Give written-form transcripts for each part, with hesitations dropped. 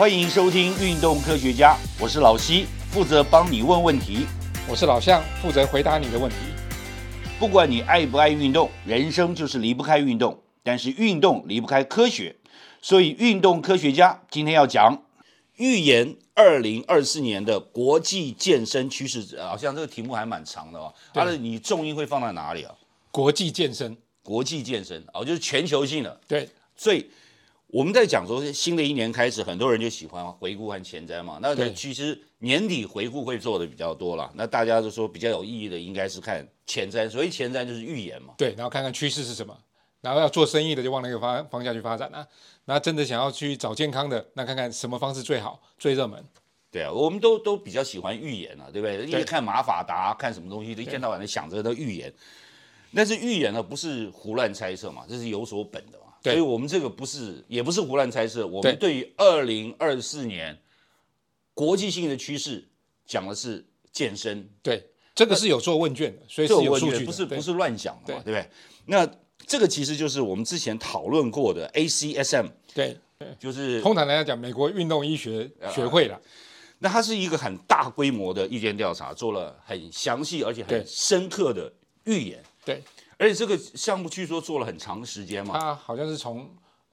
欢迎收听运动科学家，我是老西，负责帮你问问题。 我是老向，负责回答你的问题。 不管你爱不爱运动，人生就是离不开运动，但是运动离不开科学，所以运动科学家今天要讲预言2024年的国际健身趋势。好像这个题目还蛮长的哦。你重音会放在哪里啊？ 国际健身， 国际健身就是全球性的。 对， 所以我们在讲说新的一年开始，很多人就喜欢回顾和前瞻嘛。那其实年底回顾会做的比较多了。那大家都说比较有意义的应该是看前瞻，所以前瞻就是预言嘛。 对，然后看看趋势是什么，然后要做生意的就往那个方向去发展啊。那真的想要去找健康的，那看看什么方式最好、最热门。 对啊，我们都比较喜欢预言啊，对不对？因为看马法达，看什么东西，一天到晚的想着的预言。但是预言呢，不是胡乱猜测嘛，这是有所本的嘛。所以我们这个也不是胡乱猜测，我们对于2024年国际性的趋势讲的是健身。 对，这个是有做问卷的，所以是有数据的， 不是乱讲的嘛，对不对？那这个其实就是我们之前讨论过的 ACSM， 对， 就是通常来讲，美国运动医学学会了。 那它是一个很大规模的意见调查，做了很详细而且很深刻的预言。 对， 而且这个项目据说做了很长时间嘛， 它好像是从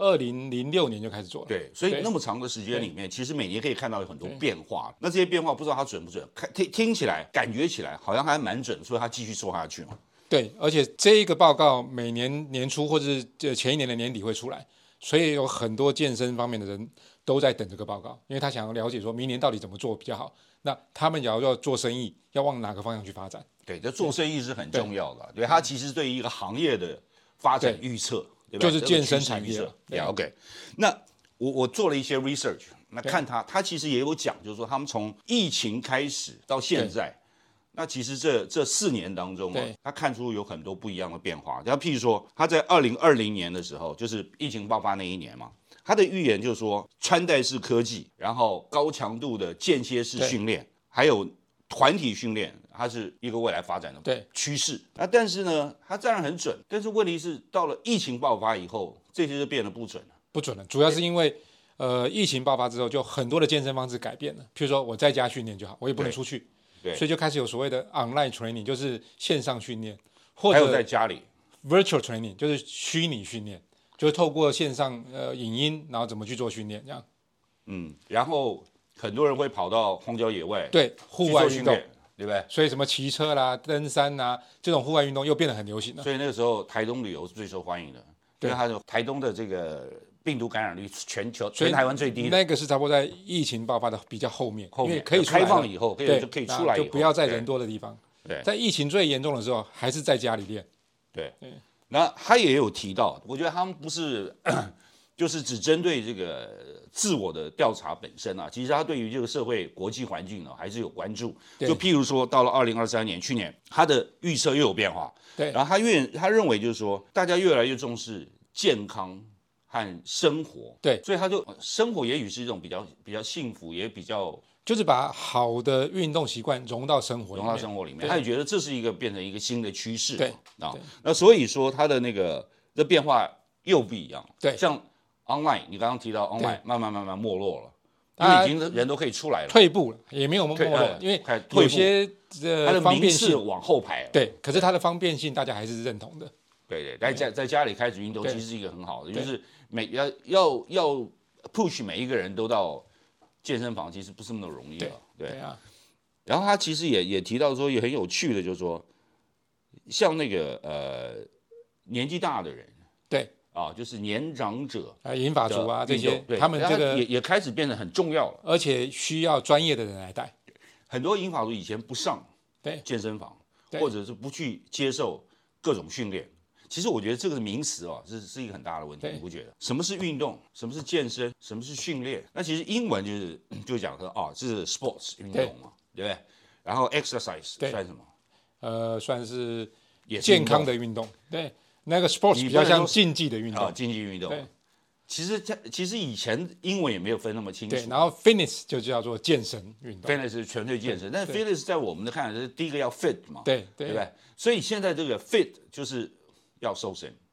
2006年就开始做了。 对，所以那么长的时间里面，其实每年可以看到有很多变化。那这些变化不知道它准不准，听起来、感觉起来好像还蛮准，所以它继续做下去嘛。 对，而且这一个报告每年年初或者是前一年的年底会出来，所以有很多健身方面的人都在等这个报告，因为他想要了解说明年到底怎么做比较好。那他们也要做生意，要往哪个方向去发展？ 对，这做生意是很重要的。对，它其实对于一个行业的发展预测，对吧？ 就是健身产业。 对 ，OK。那我做了一些 research， 那看他其实也有讲，就是说他们从疫情开始到现在，那其实这4年当中啊，他看出有很多不一样的变化。像譬如说，他在2020年的时候，就是疫情爆发那一年嘛。他的预言就是说，穿戴式科技，然后高强度的间歇式训练，还有团体训练，它是一个未来发展的趋势。但是呢，它当然很准，但是问题是到了疫情爆发以后，这些就变得不准了。 不准了，主要是因为疫情爆发之后，就很多的健身方式改变了。譬如说我在家训练就好，我也不能出去，所以就开始有所谓的 online training， 就是线上训练，或者还有在家里 virtual training， 就是虚拟训练。就是透过线上影音，然后怎么去做训练这样。 然后很多人会跑到荒郊野外， 对，户外运动， 对不对？ 所以什么骑车啦、登山啦，这种户外运动又变得很流行了。 所以那个时候台东旅游是最受欢迎的，因为它的台东的这个病毒感染率全台湾最低的。 那个是差不多在疫情爆发的比较后面，因为可以开放以后，可以出来以后， 就不要在人多的地方。 对， 在疫情最严重的时候，还是在家里练。 对。那他也有提到，我觉得他们不是就是只针对这个自我的调查本身啊，其实他对于这个社会国际环境呢还是有关注。就譬如说，到了2023年，去年他的预测又有变化。 对， 然后他认为就是说，大家越来越重视健康和生活。 对， 所以他就生活也许是一种比较幸福，也比较。 就是把好的运动习惯融到生活里面， 他也觉得这是变成一个新的趋势。 对啊，那所以说他的这变化又不一样。 对， 像 online， 你刚刚提到 online 慢慢没落了，因为已经人都可以出来了， 退步了，也没有没落，因为有些它的名次往后排了。 对，可是它的方便性大家还是认同的。 对，在家里开始运动其实是一个很好的，就是要 push 每一个人都到健身房其实不是那么容易的。对啊。然后他其实也提到说，也很有趣的，就是说，像那个年纪大的人， 对啊，就是年长者银发族啊这些，他们这个也开始变得很重要了， 而且需要专业的人来带。 很多银发族以前不上健身房，或者是不去接受各种训练。其实我觉得这个名词哦，是一个很大的问题，你不觉得？什么是运动？什么是健身？什么是训练？那其实英文就讲说这是 sports 运动嘛，对不对？然后 exercise 算什么？ 算是健康的运动。对，那个 sports 比较像竞技的运动。 竞技运动。对，其实以前英文也没有分那么清楚。 对，然后 fitness 就叫做健身运动。 fitness 是纯粹健身，但是 fitness 在我们的看来是第一个要 fit 嘛，对不对？所以现在这个 fit 就是要瘦身，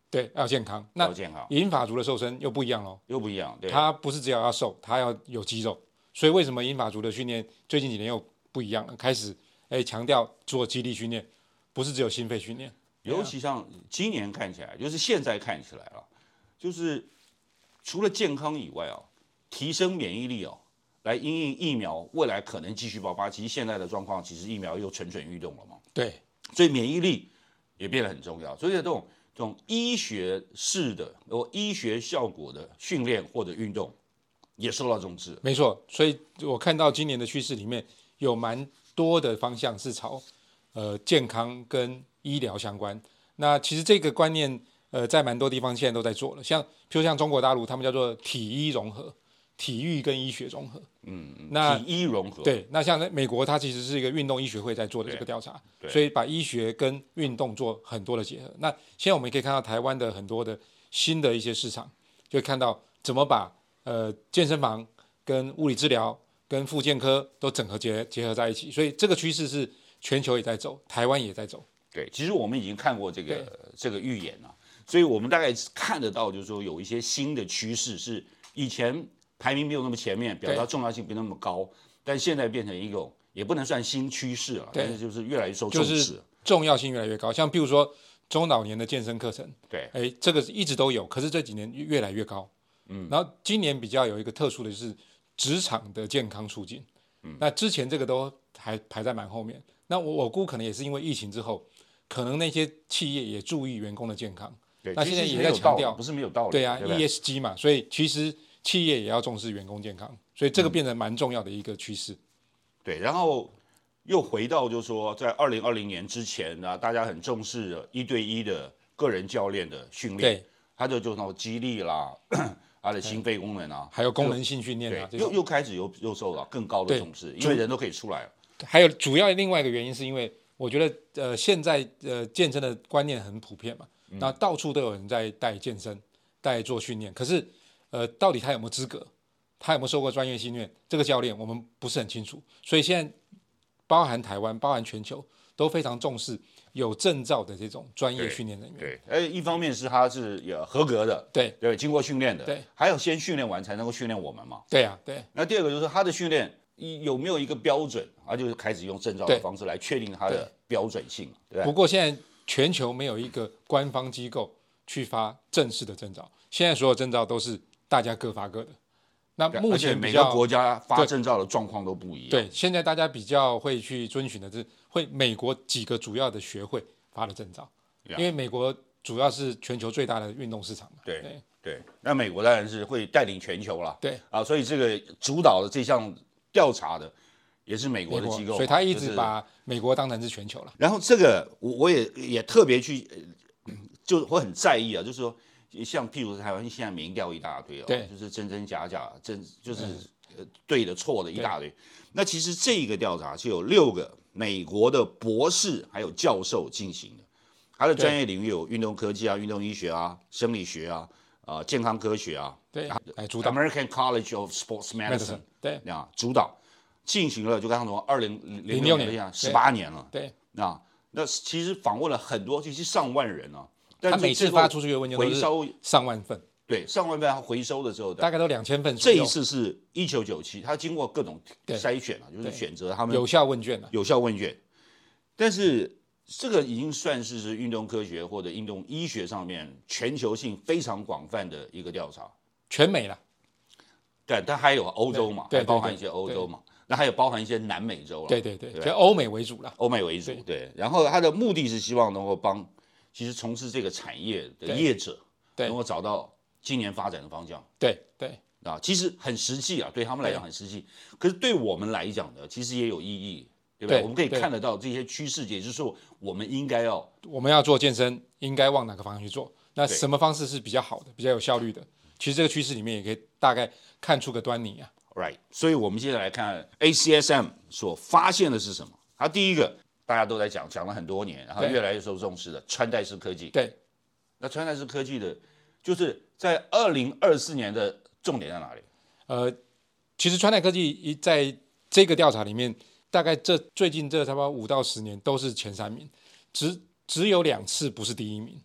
对，要健康。那银发族的瘦身又不一样咯， 又不一样。对， 他不是只要瘦，他要有肌肉。所以为什么银发族的训练最近几年又不一样了？开始强调做肌力训练，不是只有心肺训练。 尤其像今年看起来，就是现在看起来了，就是除了健康以外啊，提升免疫力哦，来因应疫苗未来可能继续爆发。其实现在的状况，其实疫苗又蠢蠢欲动了嘛。 对， 所以免疫力也变得很重要。所以这种医学式的医学效果的训练或者运动也受到重视。 没错，所以我看到今年的趋势里面有蛮多的方向是朝健康跟医疗相关。那其实这个观念在蛮多地方现在都在做了，譬如像中国大陆，他们叫做体医融合，体育跟医学融合。那体医融合。 对，那像在美国，它其实是一个运动医学会在做的这个调查，所以把医学跟运动做很多的结合。那现在我们也可以看到台湾的很多的新的一些市场，就会看到怎么把健身房跟物理治疗跟复健科都整合结合在一起，所以这个趋势是全球也在走，台湾也在走。 对，其实我们已经看过这个预言了，所以我们大概看得到，就是说有一些新的趋势是以前排名没有那么前面，表达重要性没那么高，但现在变成一种也不能算新趋势了，但是就是越来越受重视， 就是重要性越来越高。像比如说中老年的健身课程， 对， 这个一直都有，可是这几年越来越高。然后今年比较有一个特殊的就是职场的健康促进，那之前这个都还排在蛮后面。那我估可能也是因为疫情之后，可能那些企业也注意员工的健康。 对， 那现在也在强调， 不是没有道理。 对啊， ESG 嘛，所以其实企业也要重视员工健康，所以这个变成蛮重要的一个趋势。 对，然后又回到就是说，在2020年之前呢，大家很重视1对1的个人教练的训练，他就那种肌力啦，他的心肺功能啊， 还有功能性训练啊， 又开始又受到更高的重视，因为人都可以出来了。 还有主要另外一个原因是因为我觉得现在健身的观念很普遍嘛，那到处都有人在带健身、带做训练，可是到底他有没有资格，他有没有受过专业训练，这个教练我们不是很清楚，所以现在包含台湾、包含全球都非常重视有证照的这种专业训练人员。 对，一方面是他是有合格的，对，经过训练的， 对， 还有先训练完才能够训练我们嘛。 对啊，对。 那第二个就是他的训练有没有一个标准，他就是开始用证照的方式来确定他的标准性，对。 不过现在全球没有一个官方机构去发正式的证照，现在所有证照都是大家各发各的。那目前每个国家发证照的状况都不一样。 对，现在大家比较会去遵循的是美国几个主要的学会发的证照，因为美国主要是全球最大的运动市场嘛。 对，那美国当然是会带领全球了。 对啊，所以这个主导的这项调查的也是美国的机构， 所以他一直把美国当成是全球了。 然后这个我也特别去，就我很在意啊，就是说。像譬如台湾现在民调一大堆就是真真假假，就是对的错的一大堆。那其实这个调查就有6个美国的博士还有教授进行的，他的专业领域有运动科技啊、运动医学啊、生理学啊、健康科学啊， 对，主导 American College of Sports Medicine， 对， 主导进行了，就刚刚说2006年18年了， 对， 那其实访问了很多，就是上万人啊。 他每次发出去的问卷都是上万份， 对，上万份，他回收的时候大概都2000份。 这一次是1997，他经过各种筛选就是选择他们有效问卷有效问卷。但是这个已经算是运动科学或者运动医学上面全球性非常广泛的一个调查， 全美了。 对，但还有欧洲嘛，还包含一些欧洲嘛，那还有包含一些南美洲了。 对，就欧美为主了。 欧美为主，对。然后他的目的是希望能够帮。其实从事这个产业的业者能够找到今年发展的方向， 对其实很实际啊，对他们来讲很实际。可是对我们来讲呢，其实也有意义，对不对？我们可以看得到这些趋势，也就是说，我们要做健身，应该往哪个方向去做？那什么方式是比较好的、比较有效率的？其实这个趋势里面也可以大概看出个端倪啊。 Right， 所以我们接下来看 ACSM 所发现的是什么？它第一个。大家都在讲了很多年，然后越来越受重视的穿戴式科技。 对， 那穿戴式科技的，就是在2024年的重点在哪里？ 其实穿戴科技在这个调查里面，大概最近这差不多5到10年都是前3名，只有2次不是第1名。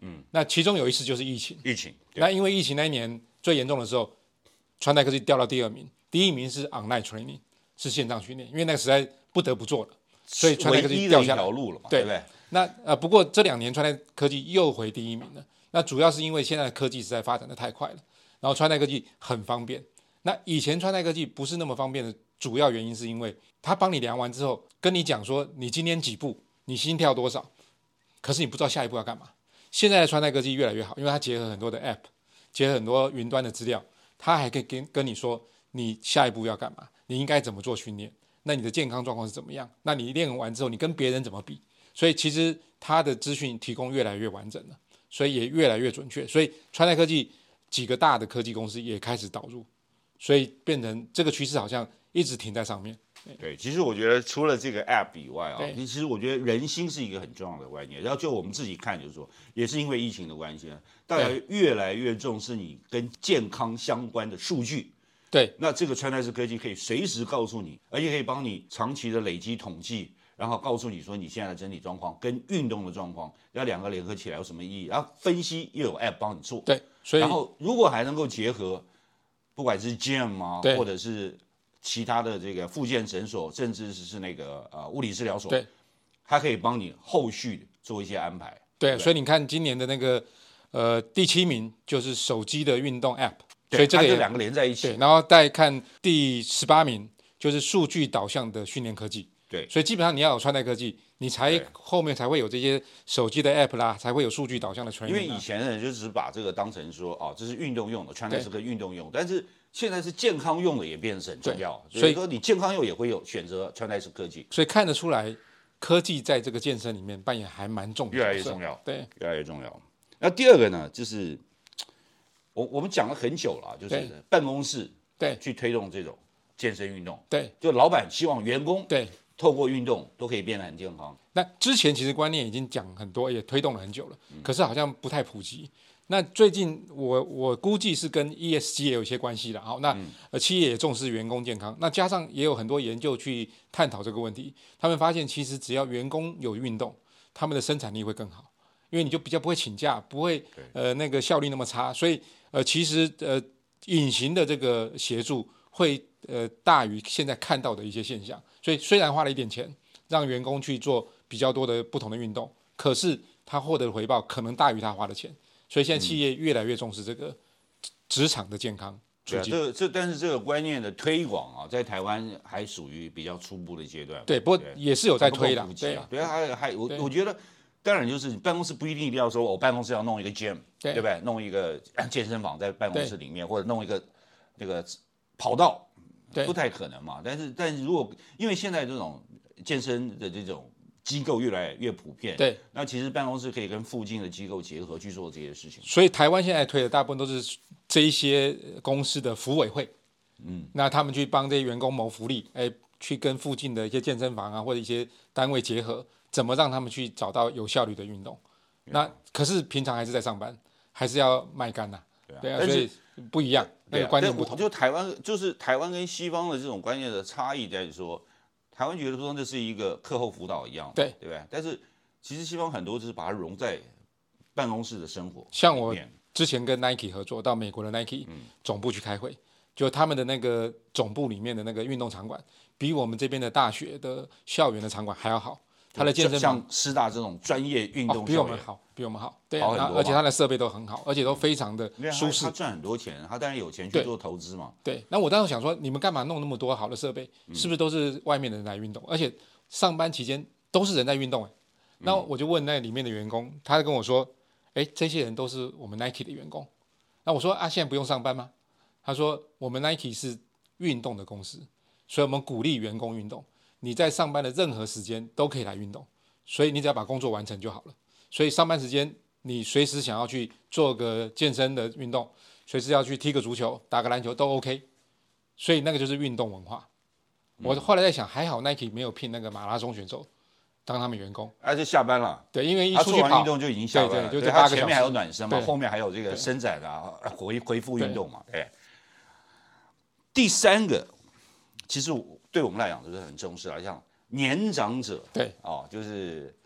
那其中有一次就是疫情。 那因为疫情那一年最严重的时候，川代科技掉到第2名，第1名是 online training， 是线上训练，因为那个实在不得不做了，所以川代科技掉下来。 唯一的一条路了嘛，对不对？ 那不过这2年川代科技又回第1名了。那主要是因为现在的科技实在发展的太快了，然后川代科技很方便。那以前川代科技不是那么方便的主要原因是因为他帮你量完之后，跟你讲说你今天几步，你心跳多少，可是你不知道下一步要干嘛。现在的川代科技越来越好，因为它结合很多的 App， 结合很多云端的资料，它还可以跟你说你下一步要干嘛，你应该怎么做训练，那你的健康状况是怎么样，那你练完之后你跟别人怎么比。所以其实它的资讯提供越来越完整了，所以也越来越准确。所以川代科技几个大的科技公司也开始导入，所以变成这个趋势好像一直停在上面。 对，其实我觉得除了这个 App 以外啊，其实我觉得人心是一个很重要的观念。然后就我们自己看，就是说，也是因为疫情的关系，大家越来越重视你跟健康相关的数据。 对， 那这个川代式科技可以随时告诉你，而且可以帮你长期的累积统计，然后告诉你说你现在的整体状况跟运动的状况，要2个联合起来有什么意义？然后分析又有 App 帮你做。 对，所以然后如果还能够结合，不管是 Gym 啊，或者是其他的这个复健诊所，甚至是那个物理治疗所， 对， 它可以帮你后续做一些安排。 对，所以你看今年的那个第7名就是手机的运动 App， 所以这个2个连在一起。 对，然后再看第18名就是数据导向的训练科技。 对， 所以基本上你要有川代科技，你后面才会有这些手机的 App 啦，才会有数据导向的 training。因为以前的人就只是把这个当成说哦，这是运动用的，川代是个运动用，但是现在是健康用的也变成很重要，所以说你健康用也会有选择川代式科技， 所以看得出来科技在这个健身里面扮演还蛮重要的， 越来越重要， 对， 越来越重要。那第2个呢，就是我们讲了很久了，就是办公室对去推动这种健身运动， 对， 就老板希望员工对透过运动都可以变得很健康。 那之前其实观念已经讲很多，也推动了很久了，可是好像不太普及。那最近我估计是跟 ESG 也有一些关系了。好，那企业也重视员工健康，那加上也有很多研究去探讨这个问题。他们发现其实只要员工有运动，他们的生产力会更好，因为你就比较不会请假，不会那个效率那么差。所以其实隐形的这个协助会大于现在看到的一些现象。所以虽然花了一点钱让员工去做比较多的不同的运动，可是他获得的回报可能大于他花的钱。所以现在企业越来越重视这个职场的健康促进。 但是这个观念的推广啊，在台湾还属于比较初步的阶段。 对，不过也是有在推的。 对啊，我觉得，当然就是办公室不一定要说我办公室要弄一个 gym， 对不对？弄一个健身房在办公室里面，或者弄一个那个跑道，不太可能嘛。但是如果因为现在这种健身的这种机构越来越普遍，对，那其实办公室可以跟附近的机构结合去做这些事情。 所以台湾现在推的大部分都是这一些公司的福委会，那他们去帮这些员工谋福利，去跟附近的一些健身房啊或者一些单位结合，怎么让他们去找到有效率的运动。那可是平常还是在上班，还是要卖干呐，对啊，所以不一样，那个观念不同。 就台湾跟西方的这种观念的差异在于说。台湾觉得说这是一个课后辅导一样，对不对？但是其实西方很多就是把它融在办公室的生活。 像我之前跟 Nike 合作，到美国的 Nike 总部去开会，就他们的那个总部里面的那个运动场馆，比我们这边的大学的校园的场馆还要好。他的健身房像师大这种专业运动比我们好，比我们好，对，而且他的设备都很好，而且都非常的舒适。 他赚很多钱，他当然有钱去做投资嘛。 对，那我当时想说，你们干嘛弄那么多好的设备？是不是都是外面的人来运动？而且上班期间都是人在运动那我就问那里面的员工，他跟我说，这些人都是我们 Nike 的员工。那我说现在不用上班吗？他说我们 Nike 是运动的公司，所以我们鼓励员工运动。你在上班的任何时间都可以来运动，所以你只要把工作完成就好了。所以上班时间你随时想要去做个健身的运动，随时要去踢个足球、打个篮球都 OK。所以那个就是运动文化。我后来在想，还好 Nike 没有聘那个马拉松选手当他们员工， 就下班了。 对，因为一出去跑， 做完运动就已经下班了。 对，就8个小时。 前面还有暖身嘛，后面还有这个伸展啊、恢复运动嘛。第3个，其实对我们来讲就是很重视像年长者，对就是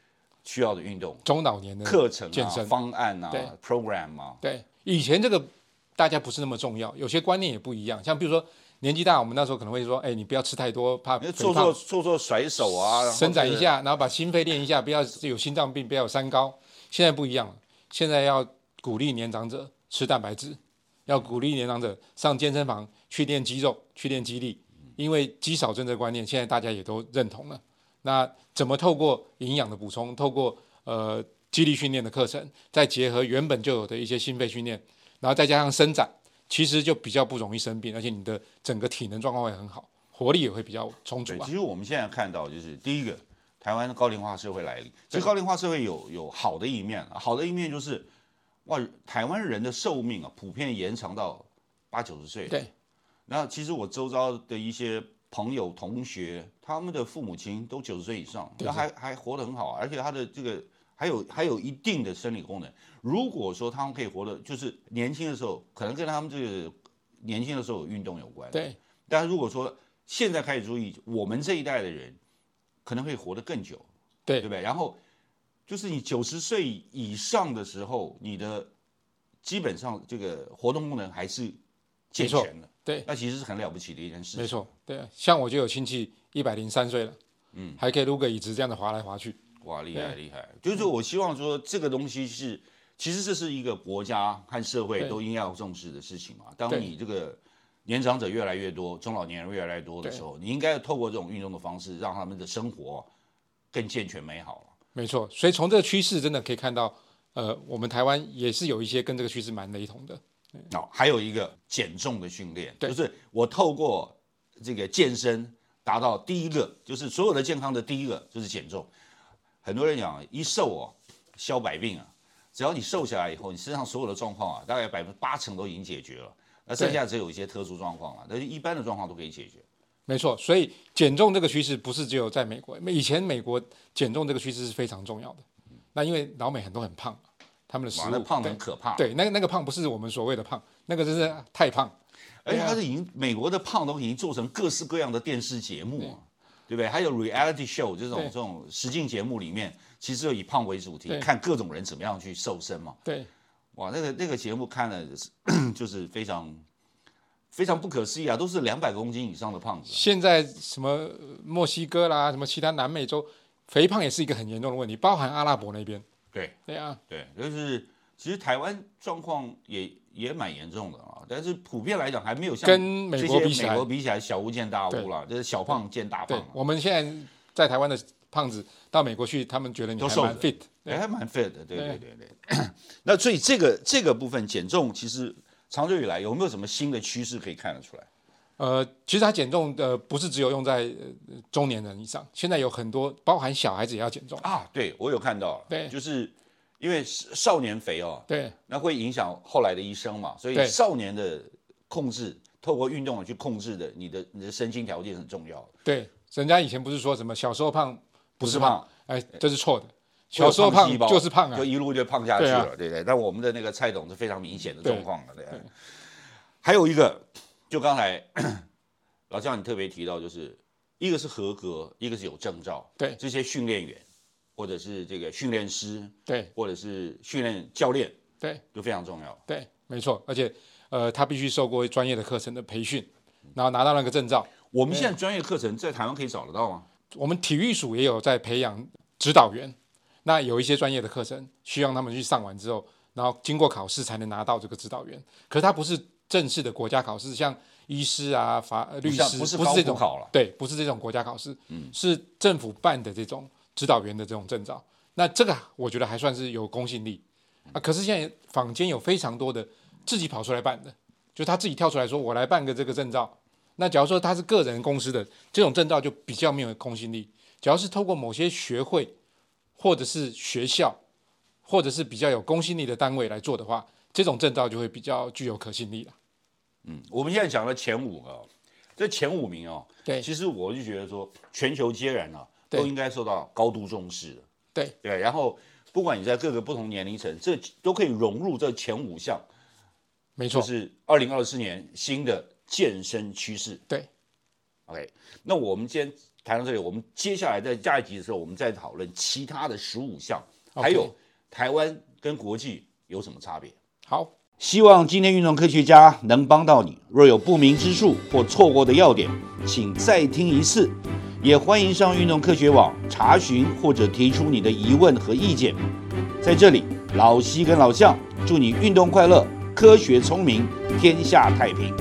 需要的运动中老年的课程健身方案对 program 对，以前这个大家不是那么重要，有些观念也不一样。像比如说年纪大，我们那时候可能会说，你不要吃太多，怕肥胖， 做甩手啊， 伸展一下，然后把心肺练一下，不要有心脏病，不要有三高。现在不一样了，现在要鼓励年长者吃蛋白质，要鼓励年长者上健身房去练肌肉，去练肌力，因为肌少症这个观念现在大家也都认同了。那怎么透过营养的补充，透过肌力训练的课程，再结合原本就有的一些心肺训练，然后再加上伸展，其实就比较不容易生病，而且你的整个体能状况会很好，活力也会比较充足其实我们现在看到就是第一个，台湾的高龄化社会来临。其实高龄化社会有好的一面，好的一面就是台湾人的寿命普遍延长到80-90岁。 对。 那其实我周遭的一些朋友、同学，他们的父母亲都90岁以上，那还活得很好，而且他的这个还有一定的生理功能。如果说他们可以活得，就是年轻的时候，可能跟他们这个年轻的时候有运动有关。 对。 但是如果说现在开始注意，我们这一代的人可能可以活得更久， 对不对？然后就是你90岁以上的时候，你的基本上这个活动功能还是健全的。 对， 那其实是很了不起的一件事情。 没错，对，像我就有亲戚103岁了，还可以撸个椅子这样子滑来滑去， 哇，厉害厉害！就是说我希望说这个东西是，其实这是一个国家和社会都应该要重视的事情嘛。当你这个年长者越来越多，中老年人越来越多的时候，你应该透过这种运动的方式，让他们的生活更健全美好。 没错，所以从这个趋势真的可以看到，我们台湾也是有一些跟这个趋势蛮雷同的。 还有一个减重的训练，就是我透过这个健身达到第一个，就是所有的健康的第一个就是减重。很多人讲一瘦消百病啊，只要你瘦下来以后，你身上所有的状况大概80%都已经解决了，那剩下只有一些特殊状况了，但是一般的状况都可以解决。 没错，所以减重这个趋势不是只有在美国，以前美国减重这个趋势是非常重要的。那因为老美很多很胖。他们的食物胖得很可怕。 对，那个胖不是我们所谓的胖，那个就是太胖。 而且他是美国的胖都已经做成各式各样的电视节目对不对？还有 reality show 这种实境节目里面，其实以胖为主题，看各种人怎么样去瘦身嘛。 对， 哇，那个节目看了就是非常非常不可思议都是200公斤以上的胖子。 现在什么墨西哥啦，什么其他南美洲，肥胖也是一个很严重的问题，包含阿拉伯那边。对啊， 对，就是其实台湾状况也蛮严重的但是普遍来讲还没有像跟美国比起来小巫见大巫啦，就是小胖见大胖。 我们现在在台湾的胖子到美国去，他们觉得你还蛮 fit， 还蛮 fit 的，对。那所以这个部分减重，其实长久以来有没有什么新的趋势可以看得出来？ 其实它减重不是只有用在中年人以上，现在有很多包含小孩子也要减重对，我有看到， 对， 就是因为少年肥对， 那会影响后来的一生嘛，所以少年的控制，透过运动去控制的，你的身心条件很重要。 对，人家以前不是说什么小时候胖不是胖，这是错的，小时候胖就是胖就一路就胖下去了，对。但我们的那个蔡董是非常明显的状况了，对。还有一个。就刚才老姜你特别提到，就是一个是合格，一个是有证照， 对这些训练员或者是这个训练师， 对， 或者是训练教练， 对， 都非常重要。 对，没错，而且他必须受过专业的课程的培训，然后拿到那个证照。 我们现在专业课程在台湾可以找得到吗？ 我们体育署也有在培养指导员，那有一些专业的课程需要他们去上完之后，然后经过考试才能拿到这个指导员，可是他不是正式的国家考试，像医师啊、律师， 不是这种考了， 对，不是这种国家考试，是政府办的这种指导员的这种证照。那这个我觉得还算是有公信力可是现在坊间有非常多的自己跑出来办的，就他自己跳出来说我来办个这个证照。那假如说他是个人公司的这种证照，就比较没有公信力。假如是透过某些学会或者是学校，或者是比较有公信力的单位来做的话，这种证照就会比较具有可信力了。 我们现在讲的前5个，这前5名对， 其实我就觉得说，全球皆然都应该受到高度重视的。对，然后不管你在各个不同年龄层，这都可以融入这前5项。 没错， 就是2024年新的健身趋势。 对 ，OK， 那我们今天谈到这里，我们接下来在下一集的时候，我们再讨论其他的15项， OK 还有台湾跟国际有什么差别。 好， 希望今天运动科学家能帮到你。若有不明之处或错过的要点，请再听一次。也欢迎上运动科学网查询或者提出你的疑问和意见。在这里，老西跟老向祝你运动快乐，科学聪明，天下太平。